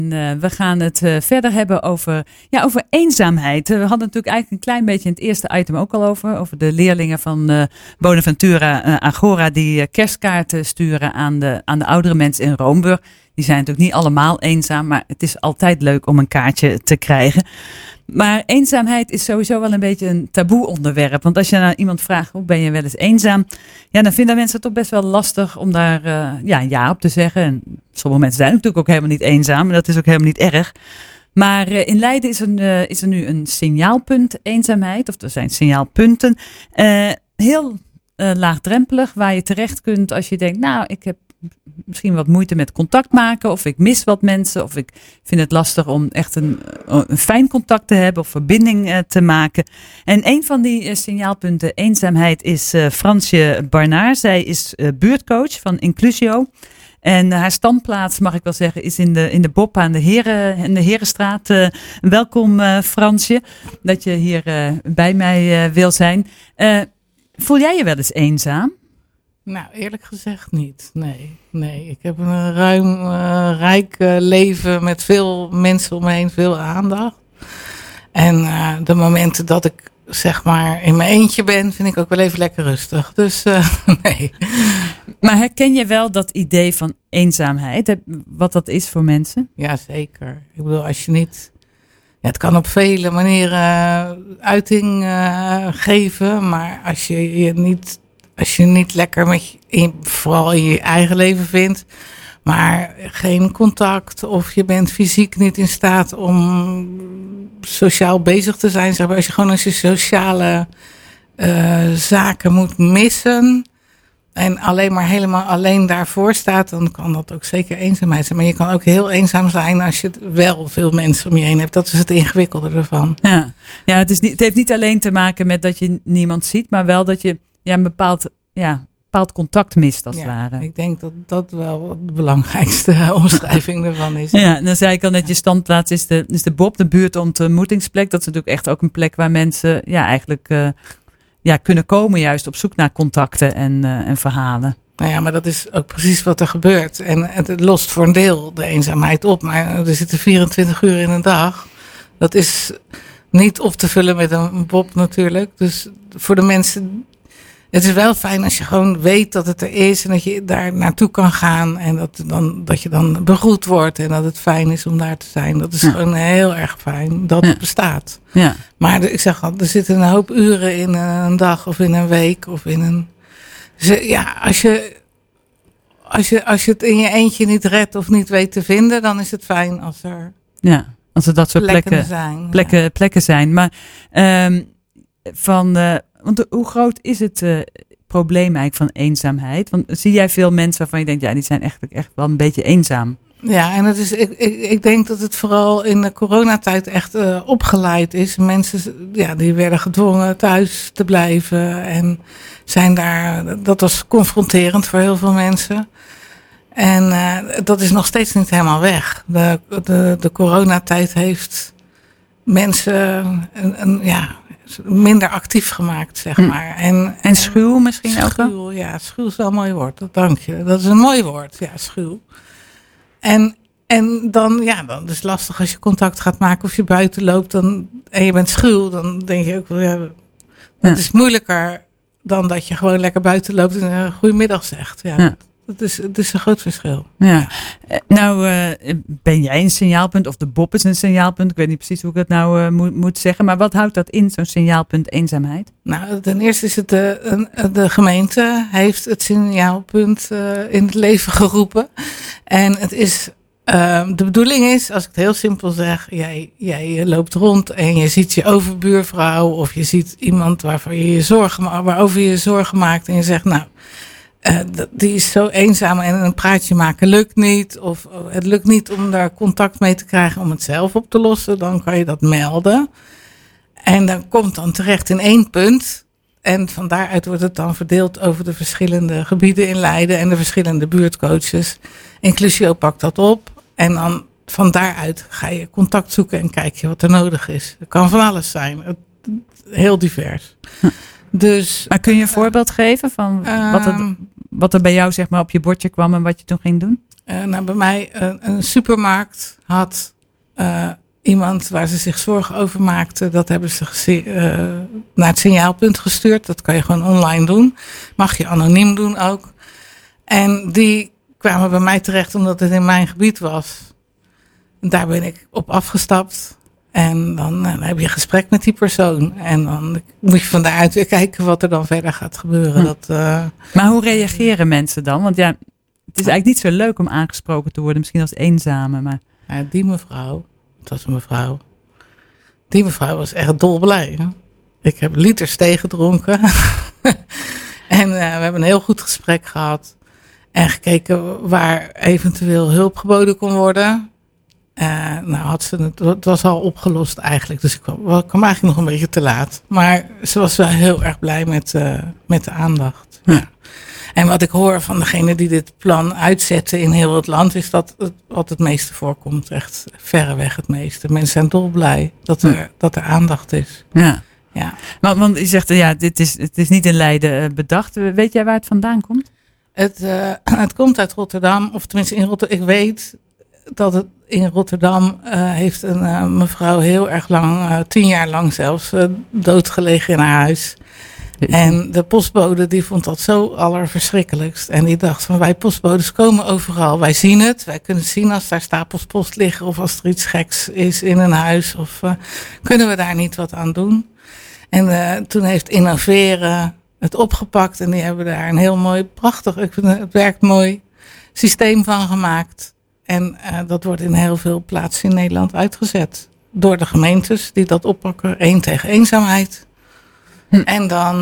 We gaan het verder hebben over eenzaamheid. We hadden natuurlijk eigenlijk een klein beetje in het eerste item ook al over de leerlingen van Bonaventura Agora die kerstkaarten sturen aan de oudere mensen in Roomburg. Die zijn natuurlijk niet allemaal eenzaam, maar het is altijd leuk om een kaartje te krijgen. Maar eenzaamheid is sowieso wel een beetje een taboe onderwerp. Want als je naar iemand vraagt, hoe ben je wel eens eenzaam? Ja, dan vinden mensen het toch best wel lastig om daar ja op te zeggen. En sommige mensen zijn natuurlijk ook helemaal niet eenzaam. En dat is ook helemaal niet erg. Maar in Leiden is er nu een signaalpunt eenzaamheid. Of er zijn signaalpunten. Heel laagdrempelig waar je terecht kunt als je denkt, nou, ik heb misschien wat moeite met contact maken. Of ik mis wat mensen. Of ik vind het lastig om echt een fijn contact te hebben. Of verbinding te maken. En een van die signaalpunten eenzaamheid is Fransje Barnaar. Zij is buurtcoach van Inclusio. En haar standplaats, mag ik wel zeggen, is in de Bob aan de Herenstraat. Welkom Fransje, dat je hier bij mij wil zijn. Voel jij je wel eens eenzaam? Nou, eerlijk gezegd niet. Nee. Ik heb een ruim, rijk leven met veel mensen om me heen, veel aandacht. En de momenten dat ik zeg maar in mijn eentje ben, vind ik ook wel even lekker rustig. Dus nee. Maar herken je wel dat idee van eenzaamheid? Wat dat is voor mensen? Ja, zeker. Ik bedoel, als je niet... Ja, het kan op vele manieren uiting geven. Maar als je niet lekker vooral in je eigen leven vindt, maar geen contact of je bent fysiek niet in staat om sociaal bezig te zijn. Zeg maar, als je sociale zaken moet missen en alleen maar helemaal alleen daarvoor staat, dan kan dat ook zeker eenzaamheid zijn. Maar je kan ook heel eenzaam zijn als je wel veel mensen om je heen hebt. Dat is het ingewikkelde ervan. Ja, het heeft niet alleen te maken met dat je niemand ziet, maar wel dat je een bepaald contact mist als het ware. Ik denk dat dat wel de belangrijkste omschrijving ervan is. Ja, dan zei ik al net, je standplaats is de Bob, de buurtontmoetingsplek. Dat is natuurlijk echt ook een plek waar mensen eigenlijk kunnen komen juist op zoek naar contacten en verhalen. Nou ja, maar dat is ook precies wat er gebeurt. En het lost voor een deel de eenzaamheid op. Maar er zitten 24 uur in een dag. Dat is niet op te vullen met een Bob natuurlijk. Dus voor de mensen... Het is wel fijn als je gewoon weet dat het er is en dat je daar naartoe kan gaan en dat je dan begroet wordt en dat het fijn is om daar te zijn. Dat is gewoon heel erg fijn dat het bestaat. Ja. Maar ik zeg al, er zitten een hoop uren in een dag of in een week of in een... Ja, als je het in je eentje niet redt of niet weet te vinden, dan is het fijn als er... Ja, als er dat soort plekken zijn. Maar want hoe groot is het probleem eigenlijk van eenzaamheid? Want zie jij veel mensen waarvan je denkt, ja, die zijn echt wel een beetje eenzaam? Ja, en ik denk dat het vooral in de coronatijd echt opgeleid is. Mensen, die werden gedwongen thuis te blijven en zijn dat was confronterend voor heel veel mensen. En dat is nog steeds niet helemaal weg. De coronatijd heeft mensen minder actief gemaakt, zeg maar. En schuw misschien ook? Schuw, ja, schuw is wel een mooi woord. Dank je. Dat is een mooi woord, ja, schuw. En dan is het lastig als je contact gaat maken of je buiten loopt en je bent schuw, dan denk je ook wel, het is moeilijker dan dat je gewoon lekker buiten loopt en een goedemiddag zegt. Ja. Het is een groot verschil. Ja. Nou, ben jij een signaalpunt of de Bob is een signaalpunt? Ik weet niet precies hoe ik het nou moet zeggen. Maar wat houdt dat in, zo'n signaalpunt eenzaamheid? Nou, ten eerste is het de gemeente heeft het signaalpunt in het leven geroepen. En het is... de bedoeling is, als ik het heel simpel zeg, jij loopt rond en je ziet je overbuurvrouw of je ziet iemand waarover je je zorgen maakt en je zegt, nou, die is zo eenzaam en een praatje maken lukt niet. Of het lukt niet om daar contact mee te krijgen om het zelf op te lossen. Dan kan je dat melden. En dan komt dan terecht in 1 punt. En van daaruit wordt het dan verdeeld over de verschillende gebieden in Leiden en de verschillende buurtcoaches. Inclusio pakt dat op. En dan van daaruit ga je contact zoeken en kijk je wat er nodig is. Het kan van alles zijn. Heel divers. Dus, maar kun je een voorbeeld geven van wat er bij jou zeg maar op je bordje kwam en wat je toen ging doen? Bij mij een supermarkt had iemand waar ze zich zorgen over maakten. Dat hebben ze naar het signaalpunt gestuurd. Dat kan je gewoon online doen. Mag je anoniem doen ook. En die kwamen bij mij terecht omdat het in mijn gebied was. Daar ben ik op afgestapt. En dan heb je een gesprek met die persoon. En dan moet je van daaruit weer kijken wat er dan verder gaat gebeuren. Maar hoe reageren mensen dan? Want ja, het is eigenlijk niet zo leuk om aangesproken te worden. Misschien als eenzame. Maar... Ja, die mevrouw, het was een mevrouw. Die mevrouw was echt dolblij. Hè? Ik heb liters thee gedronken. En we hebben een heel goed gesprek gehad. En gekeken waar eventueel hulp geboden kon worden. Het was al opgelost eigenlijk. Dus ik kwam eigenlijk nog een beetje te laat. Maar ze was wel heel erg blij met de aandacht. Ja. En wat ik hoor van degene die dit plan uitzetten in heel het land, is dat wat het meeste voorkomt. Echt verreweg het meeste. Mensen zijn dolblij dat er aandacht is. Ja. Ja. Want je zegt, het is niet in Leiden bedacht. Weet jij waar het vandaan komt? Het komt uit Rotterdam. Of tenminste in Rotterdam. Ik weet dat het in Rotterdam heeft een mevrouw heel erg lang, 10 jaar lang zelfs, doodgelegen in haar huis. En de postbode die vond dat zo allerverschrikkelijkst. En die dacht van wij postbodes komen overal. Wij zien het. Wij kunnen zien als daar stapels post liggen. Of als er iets geks is in een huis. Of kunnen we daar niet wat aan doen. En toen heeft Innoveren het opgepakt. En die hebben daar een heel mooi, prachtig, ik vind het werkt mooi, systeem van gemaakt. En dat wordt in heel veel plaatsen in Nederland uitgezet. Door de gemeentes die dat oppakken. 1 tegen eenzaamheid. En dan,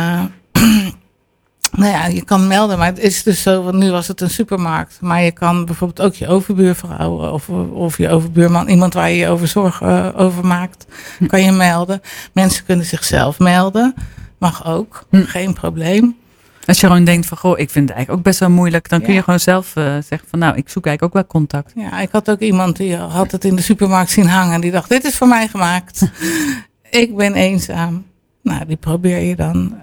je kan melden, maar het is dus zo, want nu was het een supermarkt. Maar je kan bijvoorbeeld ook je overbuurvrouw of je overbuurman, iemand waar je je over zorgen over maakt, kan je melden. Mensen kunnen zichzelf melden, mag ook, geen probleem. Als je gewoon denkt van, ik vind het eigenlijk ook best wel moeilijk, dan kun je gewoon zelf zeggen van, ik zoek eigenlijk ook wel contact. Ja, ik had ook iemand die had het in de supermarkt zien hangen en die dacht, dit is voor mij gemaakt. Ik ben eenzaam. Nou, die probeer je dan.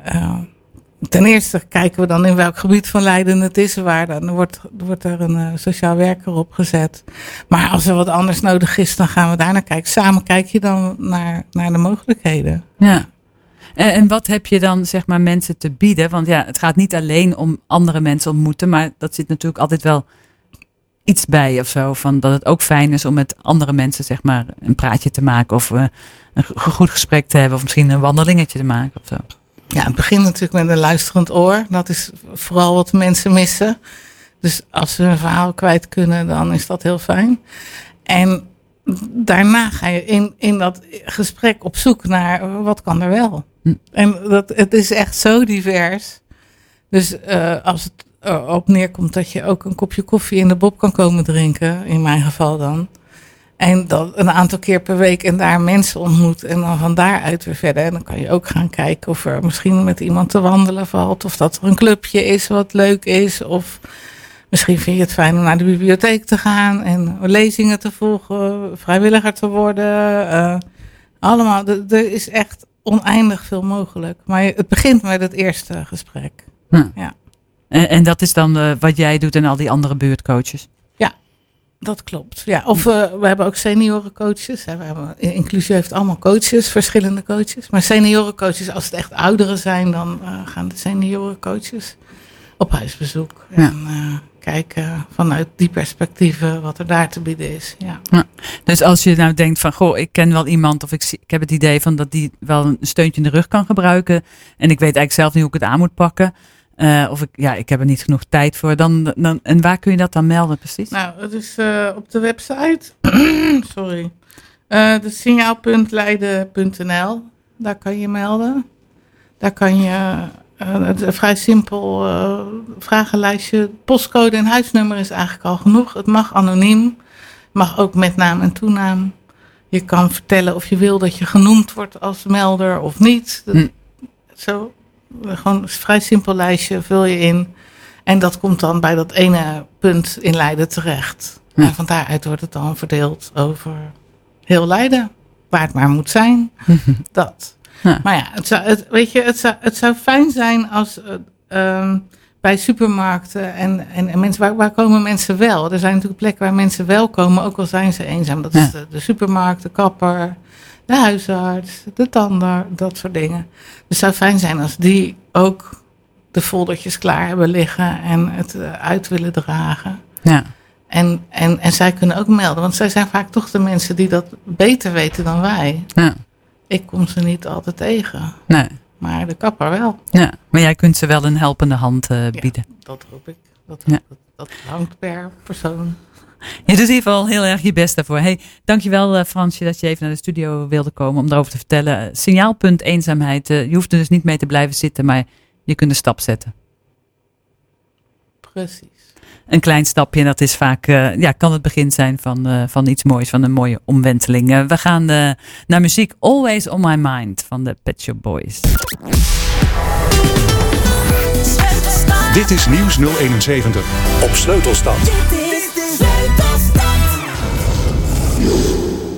Ten eerste kijken we dan in welk gebied van Leiden het is. Waar dan wordt er een sociaal werker op gezet. Maar als er wat anders nodig is, dan gaan we daar naar kijken. Samen kijk je dan naar de mogelijkheden. Ja. En wat heb je dan, zeg maar, mensen te bieden? Want ja, het gaat niet alleen om andere mensen ontmoeten. Maar dat zit natuurlijk altijd wel iets bij of zo. Van dat het ook fijn is om met andere mensen, zeg maar, een praatje te maken. Of een goed gesprek te hebben. Of misschien een wandelingetje te maken of zo. Ja, het begint natuurlijk met een luisterend oor. Dat is vooral wat mensen missen. Dus als ze hun verhaal kwijt kunnen, dan is dat heel fijn. En daarna ga je in dat gesprek op zoek naar wat kan er wel. En het is echt zo divers. Dus als het erop neerkomt dat je ook een kopje koffie in de Bob kan komen drinken, in mijn geval dan. En dan een aantal keer per week en daar mensen ontmoet en dan van daaruit weer verder. En dan kan je ook gaan kijken of er misschien met iemand te wandelen valt. Of dat er een clubje is wat leuk is. Of misschien vind je het fijn om naar de bibliotheek te gaan en lezingen te volgen, vrijwilliger te worden. Allemaal, er is echt oneindig veel mogelijk. Maar het begint met het eerste gesprek. Ja. En dat is dan wat jij doet en al die andere buurtcoaches? Ja, dat klopt. Ja, of we hebben ook seniorencoaches. Inclusie heeft allemaal coaches, verschillende coaches. Maar seniorencoaches, als het echt ouderen zijn, dan gaan de seniorencoaches op huisbezoek. Ja. En kijken vanuit die perspectieven wat er daar te bieden is. Ja. Ja. Dus als je nou denkt van, ik ken wel iemand of ik heb het idee van dat die wel een steuntje in de rug kan gebruiken. En ik weet eigenlijk zelf niet hoe ik het aan moet pakken. Of ik heb er niet genoeg tijd voor. En waar kun je dat dan melden precies? Nou, het is op de website. Sorry. De signaalpuntleiden.nl. Daar kan je melden. Daar kan je het vrij simpel vragenlijstje. Postcode en huisnummer is eigenlijk al genoeg. Het mag anoniem. Mag ook met naam en toenaam. Je kan vertellen of je wil dat je genoemd wordt als melder of niet. Zo. Gewoon een vrij simpel lijstje vul je in. En dat komt dan bij dat ene punt in Leiden terecht. Ja. En van daaruit wordt het dan verdeeld over heel Leiden. Waar het maar moet zijn. Dat. Ja. Maar ja, het zou fijn zijn als bij supermarkten en mensen, waar komen mensen wel? Er zijn natuurlijk plekken waar mensen wel komen, ook al zijn ze eenzaam. Dat is de supermarkt, de kapper, de huisarts, de tandarts, dat soort dingen. Dus het zou fijn zijn als die ook de foldertjes klaar hebben liggen en het uit willen dragen. Ja. En zij kunnen ook melden, want zij zijn vaak toch de mensen die dat beter weten dan wij. Ja. Ik kom ze niet altijd tegen. Nee. Maar de kapper wel. Ja, maar jij kunt ze wel een helpende hand bieden. Ja, dat hoop ik. Ja. Dat hangt per persoon. Je doet in ieder geval heel erg je best daarvoor. Hey, dankjewel Fransje dat je even naar de studio wilde komen om daarover te vertellen. Signaalpunt eenzaamheid. Je hoeft er dus niet mee te blijven zitten, maar je kunt een stap zetten. Precies. Een klein stapje en dat is vaak, kan het begin zijn van iets moois, van een mooie omwenteling. We gaan naar muziek Always On My Mind van de Pet Shop Boys. Dit is Nieuws 071 op Sleutelstad. Dit is Sleutelstad.